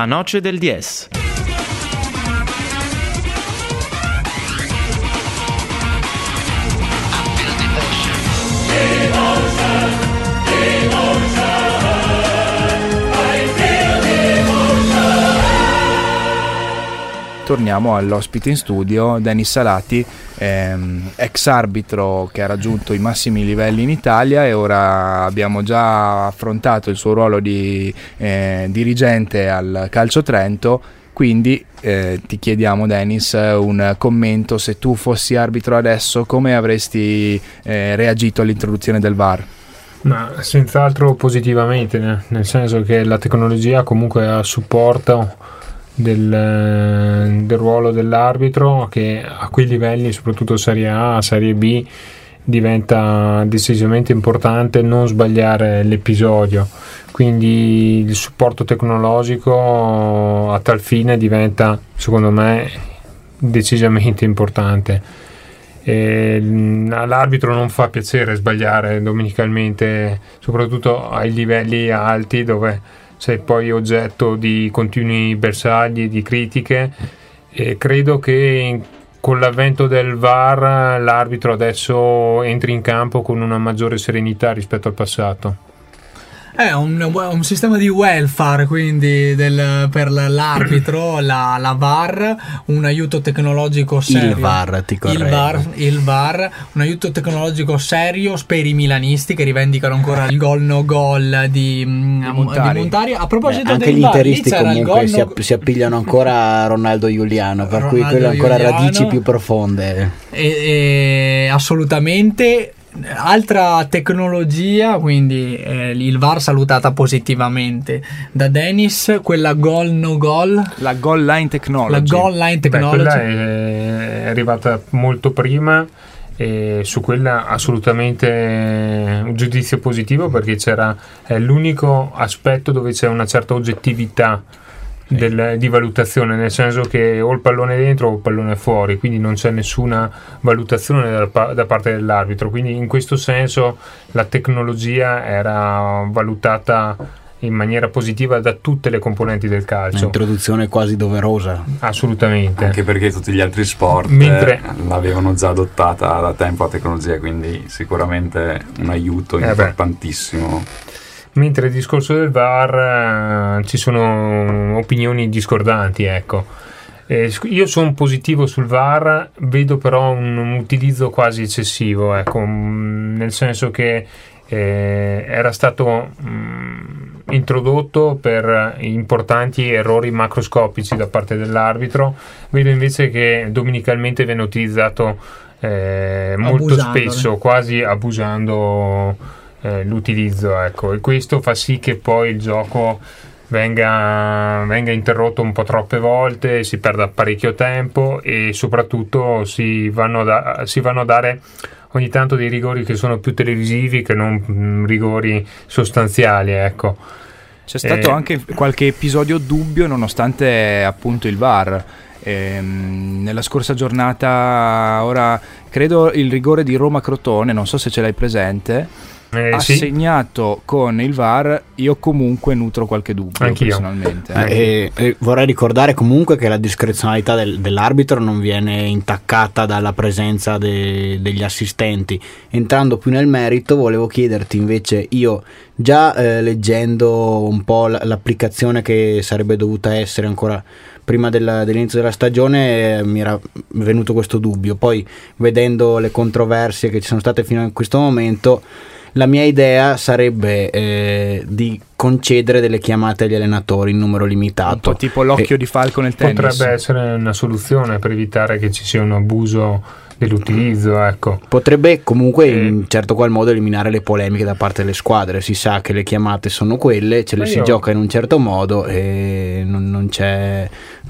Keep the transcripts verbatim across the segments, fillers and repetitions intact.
La Noche del diez. Torniamo all'ospite in studio, Dennis Salati, ehm, ex arbitro che ha raggiunto i massimi livelli in Italia, e ora abbiamo già affrontato il suo ruolo di eh, dirigente al Calcio Trento. Quindi eh, ti chiediamo, Dennis, un commento: se tu fossi arbitro adesso, come avresti eh, reagito all'introduzione del V A R? Ma senz'altro positivamente, né? Nel senso che la tecnologia comunque ha supporto Del, del ruolo dell'arbitro, che a quei livelli, soprattutto Serie A, Serie B, diventa decisamente importante non sbagliare l'episodio. Quindi il supporto tecnologico a tal fine diventa, secondo me, decisamente importante. E all'arbitro non fa piacere sbagliare domenicalmente, soprattutto ai livelli alti, dove sei poi oggetto di continui bersagli, di critiche, e credo che con l'avvento del V A R l'arbitro adesso entri in campo con una maggiore serenità rispetto al passato. È un, un sistema di welfare, quindi del, per l'arbitro, la, la V A R, un aiuto tecnologico serio. Il V A R, ti correggo. Il V A R, il V A R, un aiuto tecnologico serio per i milanisti che rivendicano ancora il gol no gol di, di, Montari. di Montari. A proposito, Beh, anche del gli V A R, interisti comunque no... si, app- si appigliano ancora a Ronaldo Giuliano, per Ronaldo cui quello ancora Giuliano, radici più profonde. E, e, assolutamente. Altra tecnologia, quindi eh, il V A R salutata positivamente da Dennis, quella goal no goal, la goal line technology. La goal line technology. Beh, quella è, è arrivata molto prima, e su quella assolutamente un giudizio positivo, perché c'era è l'unico aspetto dove c'è una certa oggettività Del, di valutazione, nel senso che o il pallone è dentro o il pallone è fuori, quindi non c'è nessuna valutazione da, da parte dell'arbitro. Quindi in questo senso la tecnologia era valutata in maniera positiva da tutte le componenti del calcio. Un'introduzione quasi doverosa. Assolutamente. Anche perché tutti gli altri sport Mentre... l'avevano già adottata da tempo la tecnologia, quindi sicuramente un aiuto eh importantissimo. Mentre il discorso del V A R eh, ci sono opinioni discordanti, ecco. Eh, io sono positivo sul V A R, vedo però un, un utilizzo quasi eccessivo, ecco, mh, nel senso che eh, era stato mh, introdotto per importanti errori macroscopici da parte dell'arbitro. Vedo invece che domenicalmente viene utilizzato eh, molto spesso, quasi abusando Eh, l'utilizzo, ecco, e questo fa sì che poi il gioco venga, venga interrotto un po' troppe volte, si perda parecchio tempo, e soprattutto si vanno, da, si vanno a dare ogni tanto dei rigori che sono più televisivi che non mh, rigori sostanziali, ecco. C'è stato eh, anche qualche episodio dubbio nonostante appunto il V A R. Ehm, nella scorsa giornata, ora credo il rigore di Roma-Crotone, non so se ce l'hai presente, Eh, assegnato sì. Con il V A R, io comunque nutro qualche dubbio. Anch'io. Personalmente. Eh, e, e vorrei ricordare comunque che la discrezionalità del, dell'arbitro non viene intaccata dalla presenza de, degli assistenti. Entrando più nel merito, volevo chiederti invece, io già eh, leggendo un po' l'applicazione che sarebbe dovuta essere ancora prima della, dell'inizio della stagione, eh, mi era venuto questo dubbio. Poi vedendo le controversie che ci sono state fino a questo momento, la mia idea sarebbe eh, di concedere delle chiamate agli allenatori in numero limitato. Un po' tipo l'occhio e di falco nel tennis. Potrebbe essere una soluzione per evitare che ci sia un abuso dell'utilizzo, ecco. Potrebbe comunque e... in certo qual modo eliminare le polemiche da parte delle squadre. Si sa che le chiamate sono quelle, ce le Ma si io... gioca in un certo modo e non, non c'è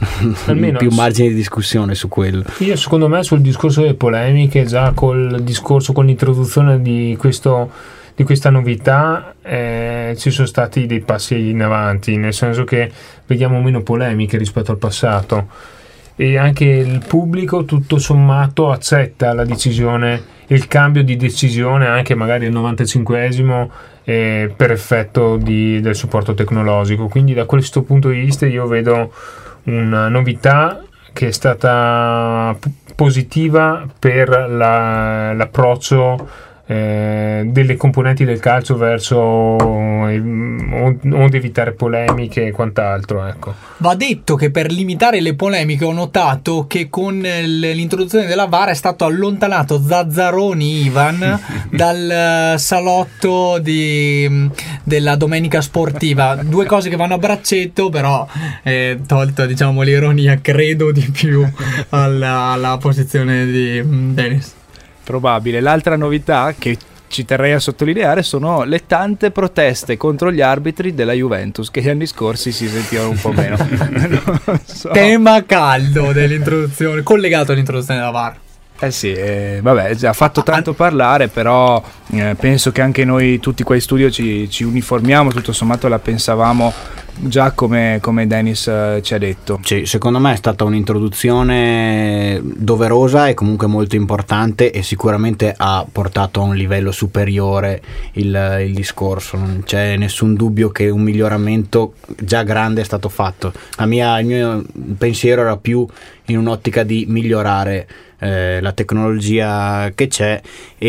più margine di discussione su quello. Io secondo me sul discorso delle polemiche, già col discorso, con l'introduzione di questo di questa novità eh, ci sono stati dei passi in avanti, nel senso che vediamo meno polemiche rispetto al passato, e anche il pubblico tutto sommato accetta la decisione il cambio di decisione anche magari al novantacinquesimo eh, per effetto di, del supporto tecnologico. Quindi da questo punto di vista io vedo una novità che è stata p- positiva per la, l'approccio Eh, delle componenti del calcio verso eh, onde evitare polemiche e quant'altro, ecco. Va detto che per limitare le polemiche ho notato che con l'introduzione della V A R è stato allontanato Zazzaroni Ivan dal salotto di, della domenica sportiva. Due cose che vanno a braccetto, però eh, tolto diciamo l'ironia, credo di più alla, alla posizione di Dennis. Probabile. L'altra novità che ci terrei a sottolineare sono le tante proteste contro gli arbitri della Juventus, che gli anni scorsi si sentivano un po' meno. Non so. Tema caldo dell'introduzione, collegato all'introduzione della V A R. Eh sì, eh, vabbè, ha fatto tanto parlare, però eh, penso che anche noi tutti qua in studio ci, ci uniformiamo, tutto sommato la pensavamo già come, come Dennis eh, ci ha detto. Sì, secondo me è stata un'introduzione doverosa e comunque molto importante, e sicuramente ha portato a un livello superiore il, il discorso. Non c'è nessun dubbio che un miglioramento già grande è stato fatto. La mia, il mio pensiero era più in un'ottica di migliorare Eh, la tecnologia che c'è,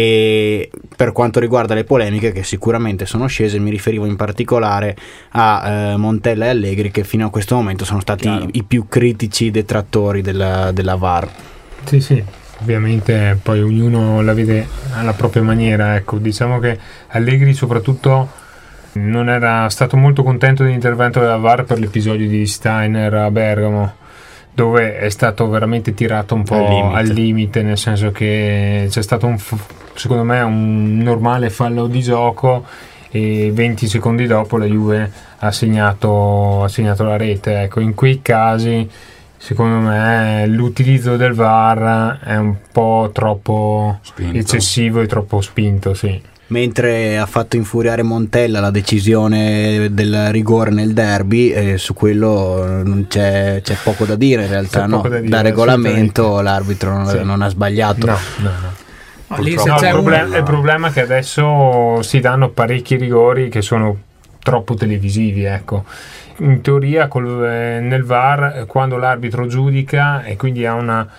e per quanto riguarda le polemiche che sicuramente sono scese, mi riferivo in particolare a eh, Montella e Allegri, che fino a questo momento sono stati i, i più critici detrattori della, della V A R. Sì, sì, ovviamente poi ognuno la vede alla propria maniera, ecco. Diciamo che Allegri soprattutto non era stato molto contento dell'intervento della V A R per l'episodio di Steiner a Bergamo, dove è stato veramente tirato un po' al limite, al limite nel senso che c'è stato un, secondo me un normale fallo di gioco e venti secondi dopo la Juve ha segnato, ha segnato la rete, ecco. In quei casi secondo me l'utilizzo del V A R è un po' troppo spinto, eccessivo e troppo spinto, sì. Mentre ha fatto infuriare Montella la decisione del rigore nel derby, e su quello non c'è, c'è poco da dire in realtà, no? Da, dire, da regolamento l'arbitro non, sì. non ha sbagliato. No, no, no. No, lì no, il, problem- un... il problema è che adesso si danno parecchi rigori che sono troppo televisivi, ecco. In teoria col, eh, nel V A R quando l'arbitro giudica e quindi ha una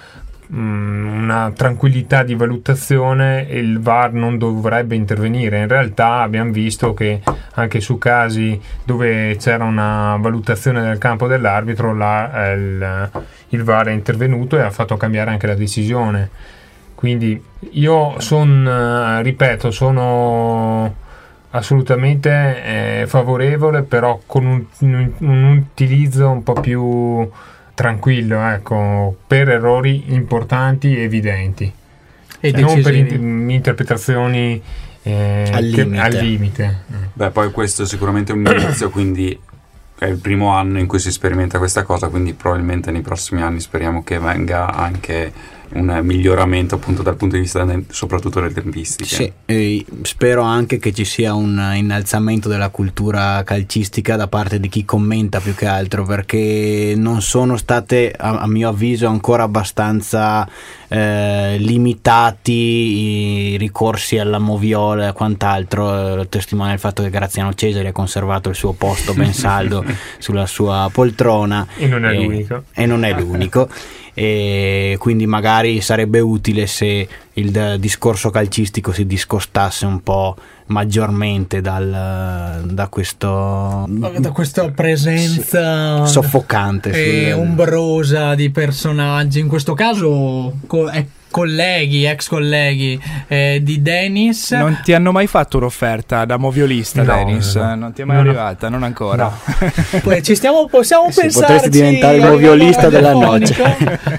una tranquillità di valutazione, il V A R non dovrebbe intervenire. In realtà abbiamo visto che anche su casi dove c'era una valutazione del campo dell'arbitro la, il, il V A R è intervenuto e ha fatto cambiare anche la decisione. Quindi io sono, ripeto, sono assolutamente eh, favorevole, però con un, un, un utilizzo un po' più tranquillo, ecco, per errori importanti e evidenti, e non per in- interpretazioni eh, al limite. Che, al limite. Beh, poi questo è sicuramente un inizio, quindi è il primo anno in cui si sperimenta questa cosa, quindi probabilmente nei prossimi anni speriamo che venga anche un miglioramento appunto dal punto di vista de- soprattutto delle tempistiche. Sì, e spero anche che ci sia un innalzamento della cultura calcistica da parte di chi commenta più che altro, perché non sono state a, a mio avviso ancora abbastanza eh, limitati i ricorsi alla moviola e quant'altro. Eh, testimonia il fatto che Graziano Cesari ha conservato il suo posto ben saldo sulla sua poltrona, e non è e, l'unico e non è l'unico e quindi magari sarebbe utile se il d- discorso calcistico si discostasse un po' maggiormente dal, da questo da questa presenza soffocante e sul... ombrosa di personaggi, in questo caso co- è colleghi, ex colleghi eh, di Dennis. Non ti hanno mai fatto un'offerta da moviolista, no, Dennis? No, no. Non ti è mai no, arrivata? Non ancora? No. Poi ci stiamo, possiamo sì, pensarci. Potresti diventare il moviolista della noce.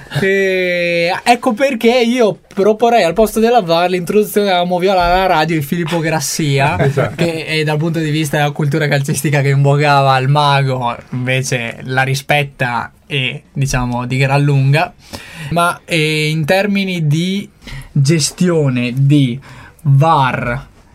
E ecco perché io proporrei al posto della V A R l'introduzione della moviola alla radio di Filippo Grassia, esatto. Che è, dal punto di vista della cultura calcistica che invocava il mago, invece la rispetta e diciamo di gran lunga. Ma eh, in termini di gestione di V A R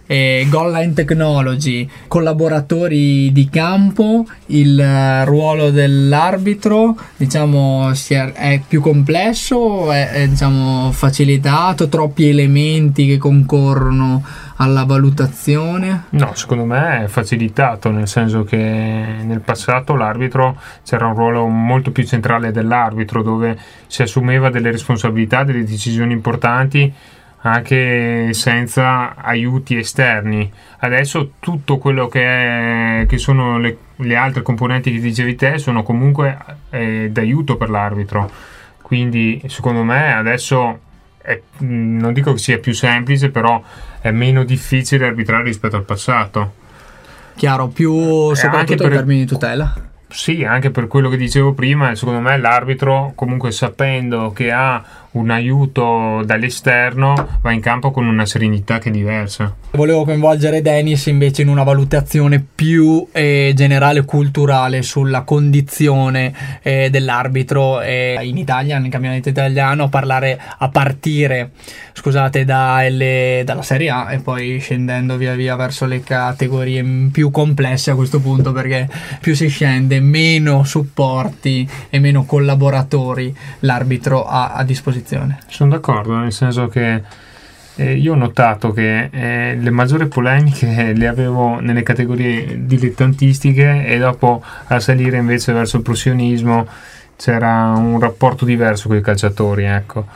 eh, goal line technology, collaboratori di campo, il eh, ruolo dell'arbitro, diciamo, si è, è più complesso, è, è diciamo, facilitato, troppi elementi che concorrono alla valutazione? No, secondo me è facilitato, nel senso che nel passato l'arbitro, c'era un ruolo molto più centrale dell'arbitro, dove si assumeva delle responsabilità, delle decisioni importanti anche senza aiuti esterni. Adesso tutto quello che, è, che sono le, le altre componenti che dicevi te sono comunque eh, d'aiuto per l'arbitro, quindi secondo me adesso è, non dico che sia più semplice, però è meno difficile arbitrare rispetto al passato. Chiaro, più soprattutto in termini di tutela. Sì, anche per quello che dicevo prima, secondo me l'arbitro, comunque sapendo che ha un aiuto dall'esterno, va in campo con una serenità che è diversa. Volevo coinvolgere Dennis invece in una valutazione più eh, generale, culturale, sulla condizione eh, dell'arbitro eh, in Italia, nel campionato italiano, parlare a partire scusate dalle, dalla Serie A e poi scendendo via via verso le categorie più complesse a questo punto, perché più si scende meno supporti e meno collaboratori l'arbitro ha a disposizione. Sono d'accordo, nel senso che eh, io ho notato che eh, le maggiori polemiche le avevo nelle categorie dilettantistiche, e dopo a salire invece verso il professionismo c'era un rapporto diverso con i calciatori, ecco.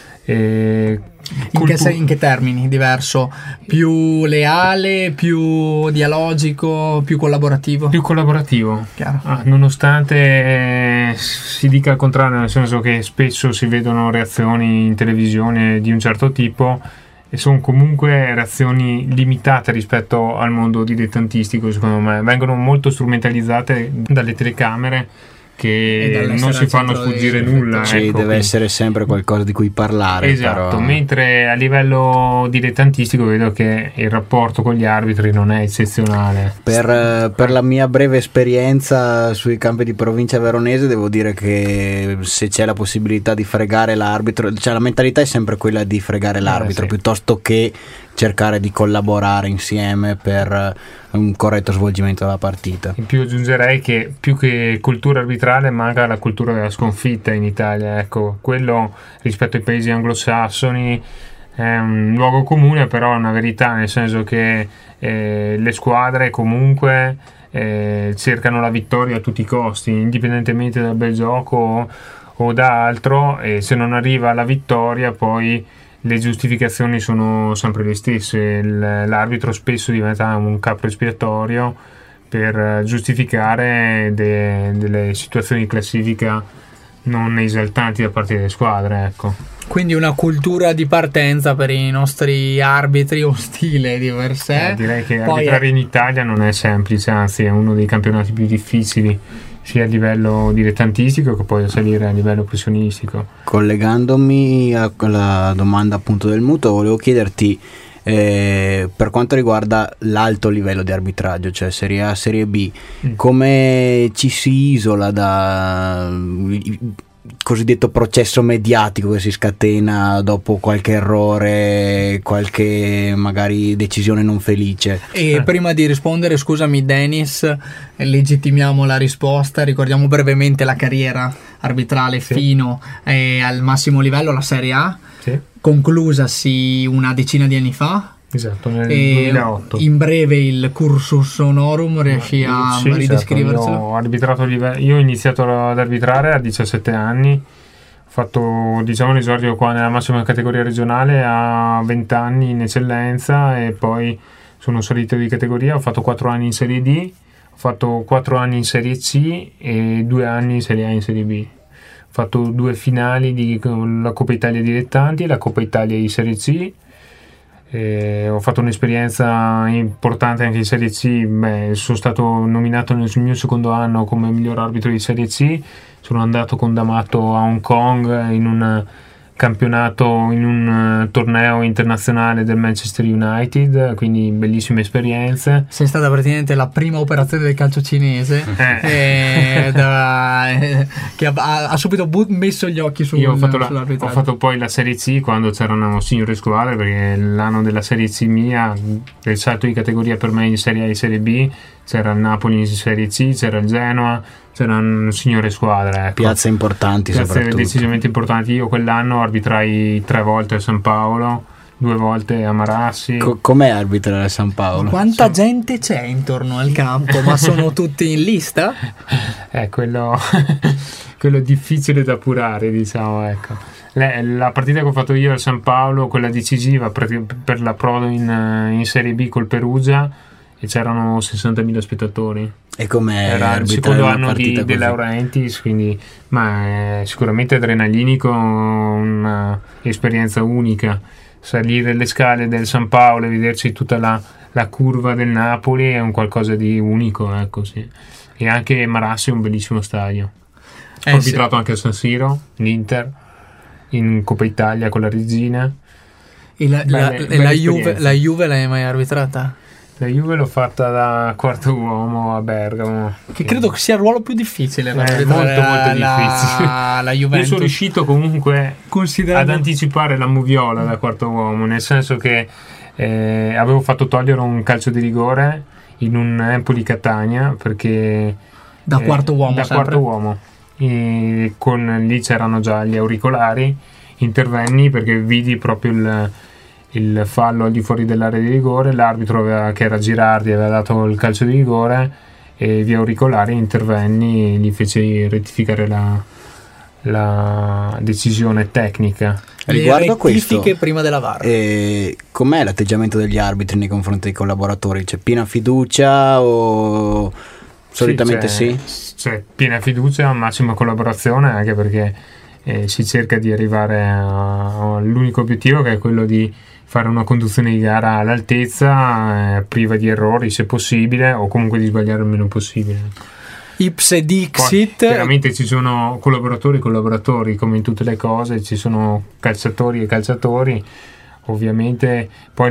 E in, che, se, in che termini diverso? Più leale, più dialogico, più collaborativo? Più collaborativo, ah, nonostante eh, si dica il contrario, nel senso che spesso si vedono reazioni in televisione di un certo tipo e sono comunque reazioni limitate rispetto al mondo dilettantistico. Secondo me vengono molto strumentalizzate dalle telecamere, che non si fanno sfuggire nulla. Sì, ecco, deve quindi essere sempre qualcosa di cui parlare. Esatto, però... mentre a livello dilettantistico vedo che il rapporto con gli arbitri non è eccezionale. Per, per la mia breve esperienza sui campi di provincia veronese, devo dire che se c'è la possibilità di fregare l'arbitro, cioè la mentalità è sempre quella di fregare l'arbitro, eh, sì, piuttosto che cercare di collaborare insieme per un corretto svolgimento della partita. In più aggiungerei che più che cultura arbitrale manca la cultura della sconfitta in Italia, ecco, quello rispetto ai paesi anglosassoni è un luogo comune, però è una verità, nel senso che eh, le squadre comunque eh, cercano la vittoria a tutti i costi, indipendentemente dal bel gioco o, o da altro, e se non arriva la vittoria poi le giustificazioni sono sempre le stesse. L'arbitro spesso diventa un capro espiatorio per giustificare de, delle situazioni di classifica non esaltanti da parte delle squadre, ecco. Quindi una cultura di partenza per i nostri arbitri ostile di per sé. Eh, direi che Poi arbitrare è... in Italia non è semplice, anzi è uno dei campionati più difficili, sia a livello dilettantistico che poi a salire a livello professionistico. Collegandomi alla domanda appunto del mutuo, volevo chiederti eh, per quanto riguarda l'alto livello di arbitraggio, cioè Serie A, Serie B, mm. come ci si isola da cosiddetto processo mediatico che si scatena dopo qualche errore, qualche magari decisione non felice? E eh. prima di rispondere, scusami Dennis, legittimiamo la risposta, ricordiamo brevemente la carriera arbitrale, sì, fino eh, al massimo livello, la Serie A, sì, conclusasi una decina di anni fa. Esatto, nel duemilaotto. In breve il cursus honorum, riesci a sì, ridescrivercelo? Certo. Io ho arbitrato a livello, io ho iniziato ad arbitrare a diciassette anni, ho fatto diciamo l'esordio qua nella massima categoria regionale a venti anni in eccellenza, e poi sono salito di categoria, ho fatto quattro anni in Serie D, ho fatto quattro anni in Serie C e due anni in Serie A e in Serie B. Ho fatto due finali di la Coppa Italia Dilettanti e la Coppa Italia di Serie C. E ho fatto un'esperienza importante anche in Serie C. Beh, sono stato nominato nel mio secondo anno come miglior arbitro di Serie C. Sono andato condamnato a Hong Kong in un campionato in un uh, torneo internazionale del Manchester United, quindi bellissime esperienze. Sei stata praticamente la prima operazione del calcio cinese eh. Eh, da, eh, che ha, ha subito but- messo gli occhi sul, Io ho fatto, la, sull'arbitraggio. ho fatto poi la Serie C quando c'erano signore squadre, perché l'anno della Serie C mia, del salto di categoria per me in Serie A e Serie B, c'era il Napoli in Serie C, c'era il Genoa, c'erano signore squadre, ecco. Piazze importanti, Piazze soprattutto decisamente importanti. Io quell'anno arbitrai tre volte a San Paolo, due volte a Marassi. Co- com'è arbitrare a San Paolo? Quanta gente c'è intorno al campo? Ma sono tutti in lista? È quello, quello difficile da appurare, diciamo, ecco. Le, la partita che ho fatto io al San Paolo, quella decisiva per, per l'approdo in, in Serie B col Perugia, e c'erano sessantamila spettatori. E com'è Era il secondo anno di De Laurentiis, quindi ma è sicuramente adrenalinico, un'esperienza unica. Salire le scale del San Paolo e vederci tutta la, la curva del Napoli è un qualcosa di unico, ecco, sì. E anche Marassi è un bellissimo stadio. Eh, ho arbitrato sì. anche a San Siro, l'Inter, in Coppa Italia con la Regina. E la, la, Belle, e belle la, Juve, esperienze. la Juve l'hai mai arbitrata? La Juve l'ho fatta da quarto uomo a Bergamo. Che credo che sia il ruolo più difficile per Eh, arbitrare molto, molto la, difficile. la, la Io Juventus. sono riuscito comunque Considerando- ad anticipare la moviola da quarto uomo, nel senso che eh, avevo fatto togliere un calcio di rigore in un Empoli Catania, perché Da quarto uomo da sempre? quarto uomo. E con, lì c'erano già gli auricolari, intervenni perché vidi proprio il, il fallo al di fuori dell'area di rigore, l'arbitro aveva, che era Girardi, aveva dato il calcio di rigore, e via auricolari intervenni e gli feci rettificare la, la decisione tecnica. Riguardo a le rettifiche questo, prima della V A R. eh, com'è l'atteggiamento degli arbitri nei confronti dei collaboratori? C'è piena fiducia o solitamente sì? sì? C'è, c'è piena fiducia, massima collaborazione, anche perché eh, si cerca di arrivare a- all'unico obiettivo, che è quello di fare una conduzione di gara all'altezza, eh, priva di errori se possibile, o comunque di sbagliare il meno possibile. Ipse Poi, dixit. chiaramente ci sono collaboratori e collaboratori, come in tutte le cose, ci sono calciatori e calciatori. Ovviamente poi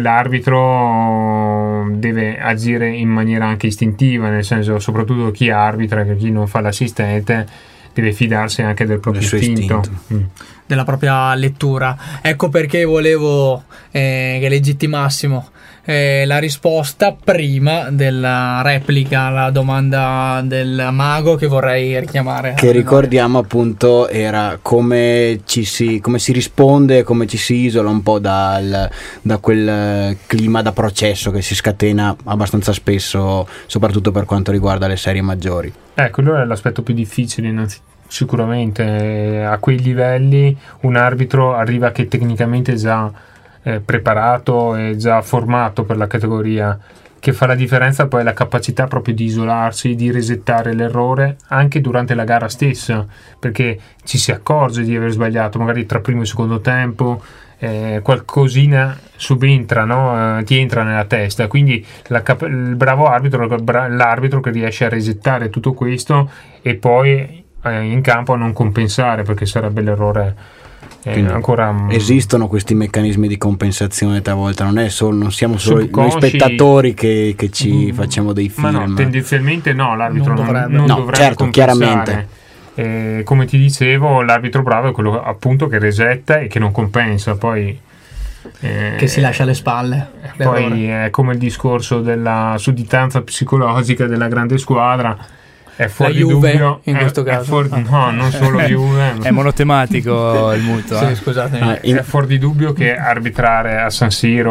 l'arbitro deve agire in maniera anche istintiva, nel senso, soprattutto chi arbitra, che chi non fa l'assistente deve fidarsi anche del proprio Del suo istinto. istinto. Mm. Della propria lettura. Ecco perché volevo eh, che legittimassimo eh, la risposta prima della replica alla domanda del mago, che vorrei richiamare. Che ricordiamo appunto era come ci si, come si risponde, come ci si isola un po' dal, da quel clima da processo che si scatena abbastanza spesso, soprattutto per quanto riguarda le serie maggiori. Eh, quello è l'aspetto più difficile, innanzi- sicuramente. Eh, a quei livelli un arbitro arriva che tecnicamente è già eh, preparato e già formato per la categoria. Che fa la differenza poi è la capacità proprio di isolarsi, di resettare l'errore anche durante la gara stessa, perché ci si accorge di aver sbagliato, magari tra primo e secondo tempo. Eh, qualcosina subentra, no? Eh, ti entra nella testa, quindi la cap- il bravo arbitro, il bra- l'arbitro che riesce a resettare tutto questo e poi eh, in campo a non compensare, perché sarebbe l'errore eh, Quindi ancora mm, esistono questi meccanismi di compensazione talvolta, non è solo, non siamo solo noi subconsci. spettatori che, che ci Mm, facciamo dei ma film. no, tendenzialmente no, l'arbitro Non non, dovrebbe. non No, dovrebbe certo, compensare. chiaramente. Eh, come ti dicevo, l'arbitro bravo è quello appunto che resetta e che non compensa, poi eh, Che si lascia alle spalle. poi è come il discorso della sudditanza psicologica della grande squadra, è fuori La Juve, dubbio in è- questo è caso. fuori- no, non solo Juve, È monotematico il mutuo. Sì, eh. scusatemi. Ah, in- è fuori di dubbio che arbitrare a San Siro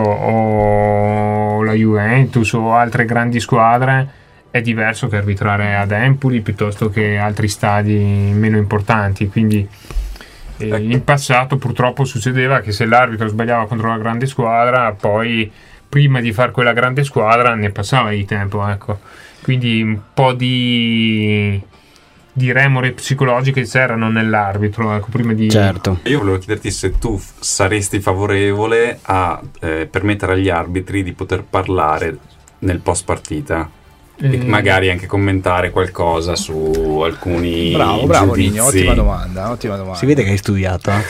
o la Juventus o altre grandi squadre è diverso che arbitrare ad Empoli piuttosto che altri stadi meno importanti, quindi eh, in passato purtroppo succedeva che se l'arbitro sbagliava contro una grande squadra, poi prima di fare quella grande squadra ne passava di tempo, ecco. Quindi un po' di di remore psicologiche c'erano nell'arbitro, ecco, prima di Certo. Io volevo chiederti se tu f- saresti favorevole a eh, permettere agli arbitri di poter parlare nel post partita e Eh, magari anche commentare qualcosa su alcuni Bravo, bravo giudizi. Nino, ottima domanda, ottima domanda. Si vede che hai studiato, eh?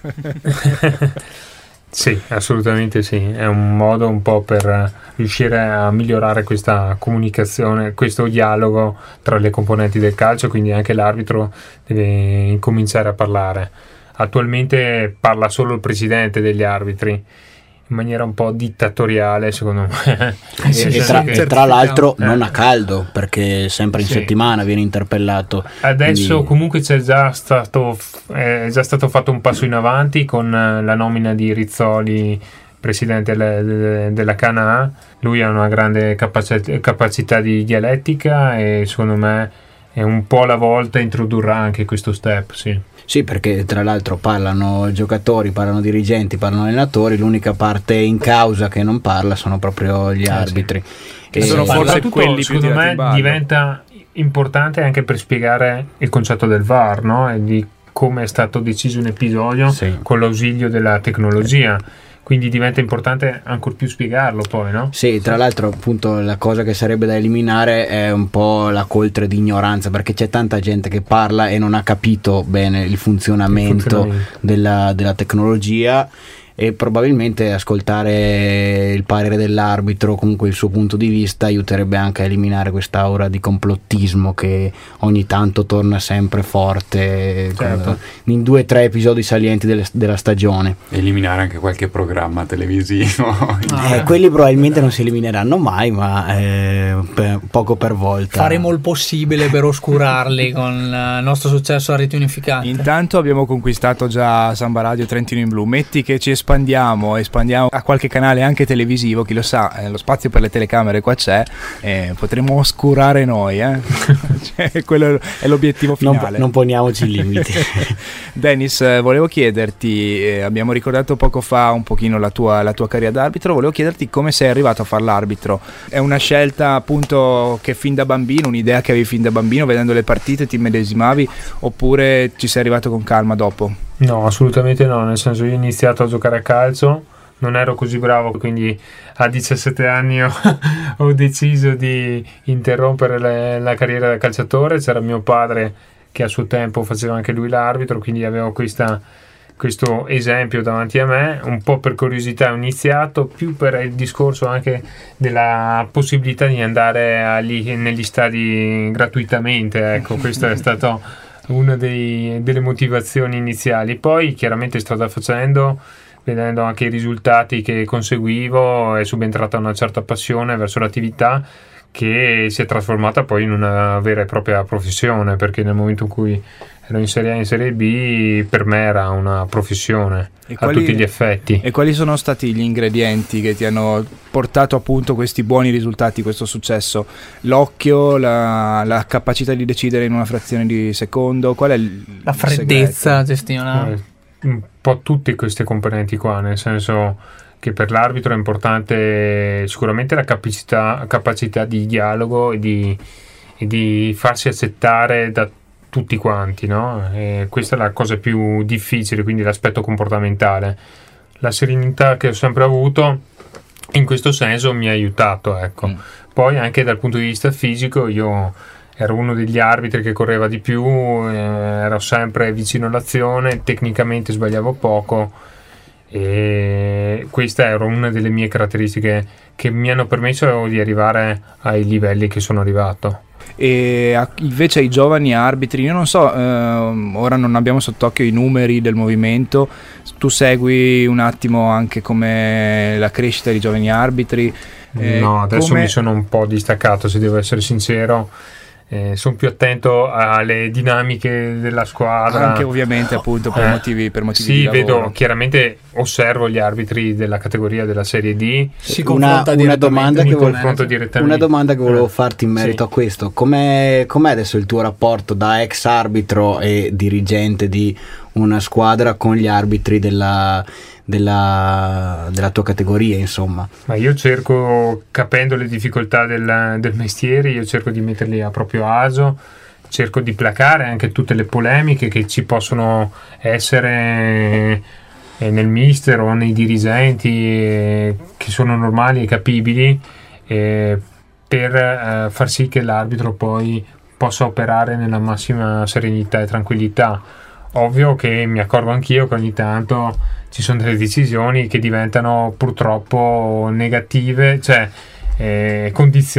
Sì, assolutamente sì, è un modo un po' per riuscire a migliorare questa comunicazione, questo dialogo tra le componenti del calcio, quindi anche l'arbitro deve incominciare a parlare. Attualmente parla solo il presidente degli arbitri, in maniera un po' dittatoriale, secondo me. E, sì, e, tra, e tra l'altro eh. non a caldo, perché sempre in sì. settimana viene interpellato. Adesso quindi... comunque c'è già stato è già stato fatto un passo in avanti con la nomina di Rizzoli, presidente delle, della Cana. Lui ha una grande capacità, capacità di dialettica e secondo me è un po' alla volta introdurrà anche questo step, sì. Sì, perché tra l'altro parlano giocatori, parlano dirigenti, parlano allenatori, l'unica parte in causa che non parla sono proprio gli arbitri. Che sono forse quelli, secondo me, diventa importante anche per spiegare il concetto del V A R, no? E di come è stato deciso un episodio sì. con l'ausilio della tecnologia. Quindi diventa importante ancor più spiegarlo poi, no? Sì, tra l'altro appunto la cosa che sarebbe da eliminare è un po' la coltre di ignoranza, perché c'è tanta gente che parla e non ha capito bene il funzionamento, il funzionamento. Della, della tecnologia, e probabilmente ascoltare il parere dell'arbitro, comunque il suo punto di vista, aiuterebbe anche a eliminare quest'aura di complottismo che ogni tanto torna sempre forte, certo. in due o tre episodi salienti delle, della stagione. Eliminare anche qualche programma televisivo. Eh, quelli probabilmente non si elimineranno mai, ma eh, per, poco per volta. Faremo il possibile per oscurarli con il nostro successo a Rete Unificata. Intanto abbiamo conquistato già Samba Radio Trentino in Blu. Metti che ci espandiamo espandiamo a qualche canale anche televisivo, chi lo sa, eh, lo spazio per le telecamere qua c'è, eh, potremo oscurare noi, eh? Cioè, quello è l'obiettivo finale. Non, non poniamoci limiti. Dennis, eh, volevo chiederti, eh, abbiamo ricordato poco fa un pochino la tua, la tua carriera d'arbitro, volevo chiederti come sei arrivato a fare l'arbitro. È una scelta appunto che fin da bambino, un'idea che avevi fin da bambino, vedendo le partite ti immedesimavi, oppure ci sei arrivato con calma dopo? No, assolutamente no, nel senso io ho iniziato a giocare a calcio, non ero così bravo, quindi a diciassette anni ho, ho deciso di interrompere le, la carriera da calciatore. C'era mio padre che a suo tempo faceva anche lui l'arbitro, quindi avevo questa, questo esempio davanti a me, un po' per curiosità ho iniziato, più per il discorso anche della possibilità di andare a, lì, negli stadi gratuitamente, ecco, questo è stato una dei, delle motivazioni iniziali. Poi chiaramente strada facendo, vedendo anche i risultati che conseguivo, è subentrata una certa passione verso l'attività che si è trasformata poi in una vera e propria professione, perché nel momento in cui ero in Serie A e in Serie B per me era una professione e a quali, tutti gli effetti. E quali sono stati gli ingredienti che ti hanno portato appunto questi buoni risultati, questo successo? L'occhio, la, la capacità di decidere in una frazione di secondo? Qual è il, la freddezza gestionale? Un po' tutte queste componenti qua, nel senso che per l'arbitro è importante sicuramente la capacità, capacità di dialogo e di, e di farsi accettare da tutti quanti, no? E questa è la cosa più difficile, quindi l'aspetto comportamentale. La serenità che ho sempre avuto in questo senso mi ha aiutato, ecco. Mm. Poi anche dal punto di vista fisico io ero uno degli arbitri che correva di più, eh, ero sempre vicino all'azione, tecnicamente sbagliavo poco e questa era una delle mie caratteristiche che mi hanno permesso di arrivare ai livelli che sono arrivato. E a, invece ai giovani arbitri, io non so, eh, ora non abbiamo sott'occhio i numeri del movimento, tu segui un attimo anche come la crescita dei giovani arbitri? Eh, no, adesso come... mi sono un po' distaccato, se devo essere sincero. Eh, sono più attento alle dinamiche della squadra, anche ovviamente appunto per eh, motivi per motivi sì, di lavoro. Vedo chiaramente, osservo gli arbitri della categoria della Serie D. Si una, una, domanda che volevo, una domanda che volevo eh. farti in merito sì. a questo: com'è, com'è adesso il tuo rapporto da ex arbitro e dirigente di una squadra con gli arbitri della Della, della tua categoria, insomma? Ma io cerco, capendo le difficoltà del, del mestiere, io cerco di metterli a proprio agio, cerco di placare anche tutte le polemiche che ci possono essere eh, nel mister o nei dirigenti, eh, che sono normali e capibili, eh, per eh, far sì che l'arbitro poi possa operare nella massima serenità e tranquillità. ovvio che mi accorgo anch'io che ogni tanto ci sono delle decisioni che diventano purtroppo negative, cioè eh,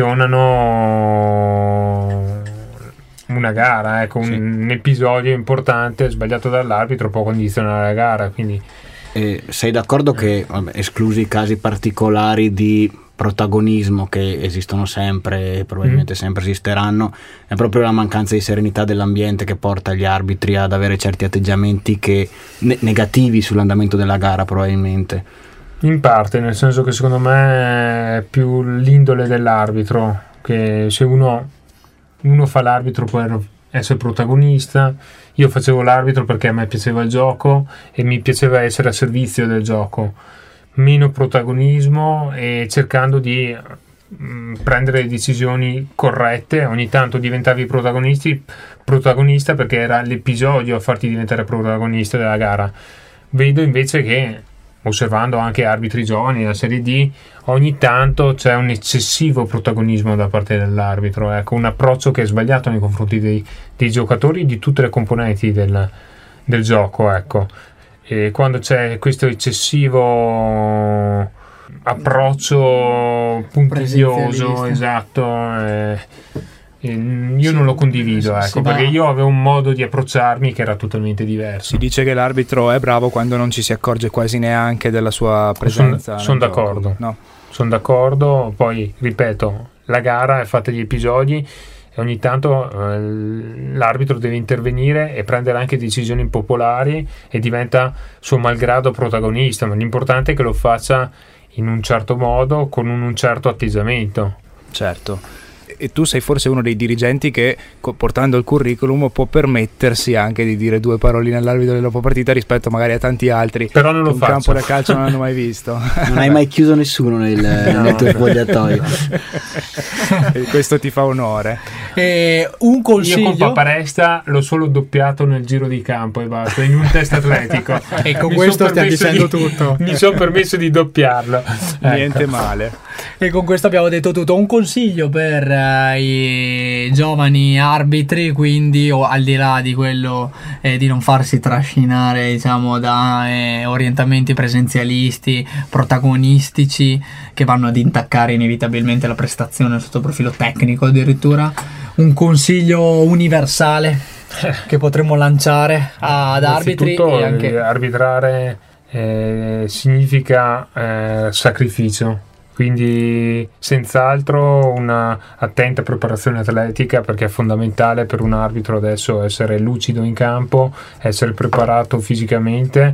condizionano una gara, ecco, sì. un, un episodio importante sbagliato dall'arbitro può condizionare la gara, quindi eh, sei d'accordo che, vabbè, esclusi i casi particolari di protagonismo che esistono sempre e probabilmente mm. sempre esisteranno, è proprio la mancanza di serenità dell'ambiente che porta gli arbitri ad avere certi atteggiamenti che ne- negativi sull'andamento della gara, probabilmente? In parte, nel senso che secondo me è più l'indole dell'arbitro, che se uno uno fa l'arbitro per essere protagonista, io facevo l'arbitro perché a me piaceva il gioco e mi piaceva essere a servizio del gioco, meno protagonismo e cercando di mh, prendere decisioni corrette. Ogni tanto diventavi protagonisti, protagonista perché era l'episodio a farti diventare protagonista della gara. Vedo invece che, osservando anche arbitri giovani nella Serie D, ogni tanto c'è un eccessivo protagonismo da parte dell'arbitro, ecco, un approccio che è sbagliato nei confronti dei, dei giocatori di tutte le componenti del, del gioco, ecco. E quando c'è questo eccessivo approccio puntiglioso, esatto, eh, io non lo condivido, ecco, perché io avevo un modo di approcciarmi che era totalmente diverso. Si dice che l'arbitro è bravo quando non ci si accorge quasi neanche della sua presenza. Sono son d'accordo, no. sono d'accordo. Poi ripeto, la gara è fatta di episodi e ogni tanto eh, l'arbitro deve intervenire e prendere anche decisioni impopolari e diventa suo malgrado protagonista, ma l'importante è che lo faccia in un certo modo, con un, un certo atteggiamento. Certo. E tu sei forse uno dei dirigenti che, portando il curriculum, può permettersi anche di dire due paroline all'arbitro della partita rispetto magari a tanti altri. Però non lo che un faccio. campo da calcio non hanno mai visto. Non hai mai chiuso nessuno nel, no. nel tuo spogliatoio. E questo ti fa onore. E un consiglio. Io con Paparesta l'ho solo doppiato nel giro di campo e basta, in un test atletico. E con mi questo stiamo dicendo di, tutto. Mi sono permesso di doppiarlo. Niente ecco. male. E con questo abbiamo detto tutto. Un consiglio per uh, i giovani arbitri, quindi, o al di là di quello eh, di non farsi trascinare, diciamo, da eh, orientamenti presenzialisti, protagonistici, che vanno ad intaccare inevitabilmente la prestazione sotto profilo tecnico addirittura. Un consiglio universale che potremmo lanciare ad arbitri. E anche arbitrare eh, significa eh, sacrificio. Quindi senz'altro una attenta preparazione atletica, perché è fondamentale per un arbitro adesso essere lucido in campo, essere preparato fisicamente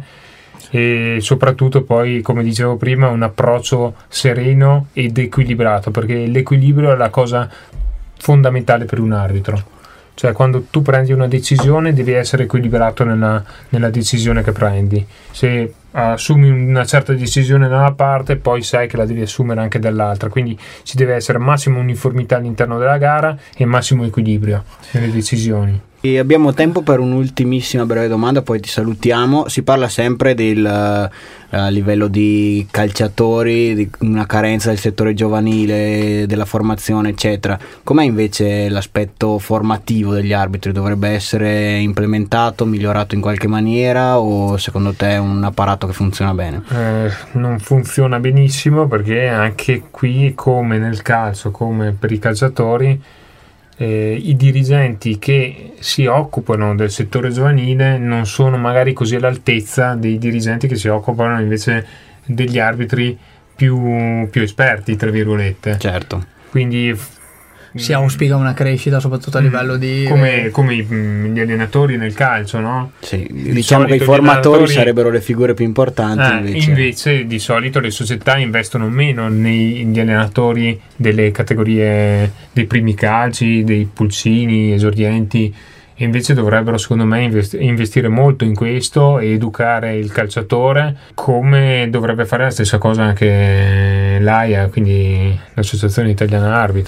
e soprattutto poi, come dicevo prima, un approccio sereno ed equilibrato, perché l'equilibrio è la cosa fondamentale per un arbitro. Cioè, quando tu prendi una decisione devi essere equilibrato nella, nella decisione che prendi. Se assumi una certa decisione da una parte, poi sai che la devi assumere anche dall'altra, quindi ci deve essere massima uniformità all'interno della gara e massimo equilibrio nelle decisioni. E abbiamo tempo per un'ultimissima breve domanda, poi ti salutiamo. Si parla sempre del uh, livello di calciatori, di una carenza del settore giovanile, della formazione, eccetera. Com'è invece l'aspetto formativo degli arbitri? Dovrebbe essere implementato, migliorato in qualche maniera, o secondo te è un apparato che funziona bene? Eh, non funziona benissimo, perché anche qui, come nel calcio, come per i calciatori, Eh, i dirigenti che si occupano del settore giovanile non sono magari così all'altezza dei dirigenti che si occupano invece degli arbitri più, più esperti, tra virgolette. Certo. Quindi si auspica una crescita soprattutto a livello di come, come gli allenatori nel calcio, no? Sì, diciamo che i formatori sarebbero le figure più importanti. Eh, invece. invece di solito le società investono meno negli allenatori delle categorie dei primi calci, dei pulcini, esordienti, e invece dovrebbero, secondo me, invest- investire molto in questo e educare il calciatore, come dovrebbe fare la stessa cosa anche l'A I A, quindi l'Associazione Italiana Arbitri.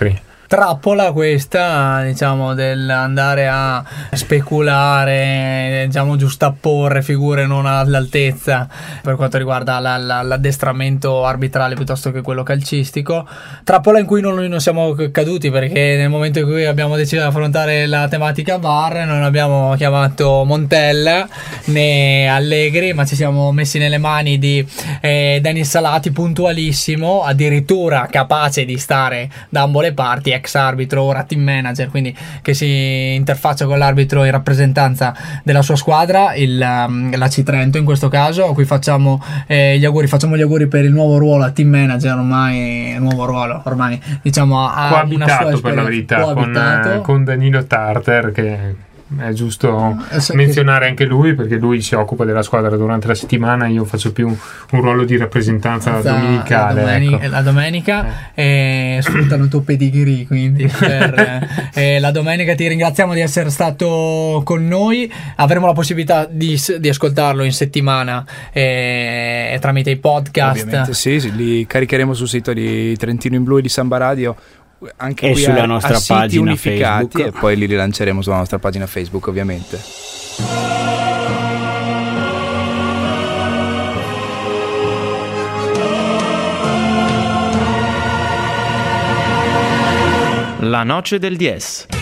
trappola questa, diciamo, dell'andare a speculare, diciamo, giustapporre figure non all'altezza per quanto riguarda la, la, l'addestramento arbitrale piuttosto che quello calcistico. Trappola in cui non, noi non siamo caduti, perché nel momento in cui abbiamo deciso di affrontare la tematica V A R non abbiamo chiamato Montella né Allegri, ma ci siamo messi nelle mani di eh, Dennis Salati, puntualissimo, addirittura capace di stare da ambo le parti, ex arbitro, ora team manager, quindi che si interfaccia con l'arbitro in rappresentanza della sua squadra, il, la C Trento in questo caso, a cui facciamo eh, gli auguri, facciamo gli auguri per il nuovo ruolo a team manager, ormai nuovo ruolo, ormai diciamo ha coabitato, una sua per la verità con, con Danilo Tarter, che è giusto menzionare anche lui, perché lui si occupa della squadra durante la settimana, io faccio più un ruolo di rappresentanza da, domenicale, la, domeni- ecco. la domenica eh. e sfruttano il tuo pedigree, quindi per, eh, la domenica ti ringraziamo di essere stato con noi, avremo la possibilità di, di ascoltarlo in settimana eh, tramite i podcast. Ovviamente sì, sì, li caricheremo sul sito di Trentino in Blu e di Samba Radio, anche e qui sulla a, nostra a siti pagina unificati, Facebook, e poi li rilanceremo sulla nostra pagina Facebook, ovviamente. La noce del diez.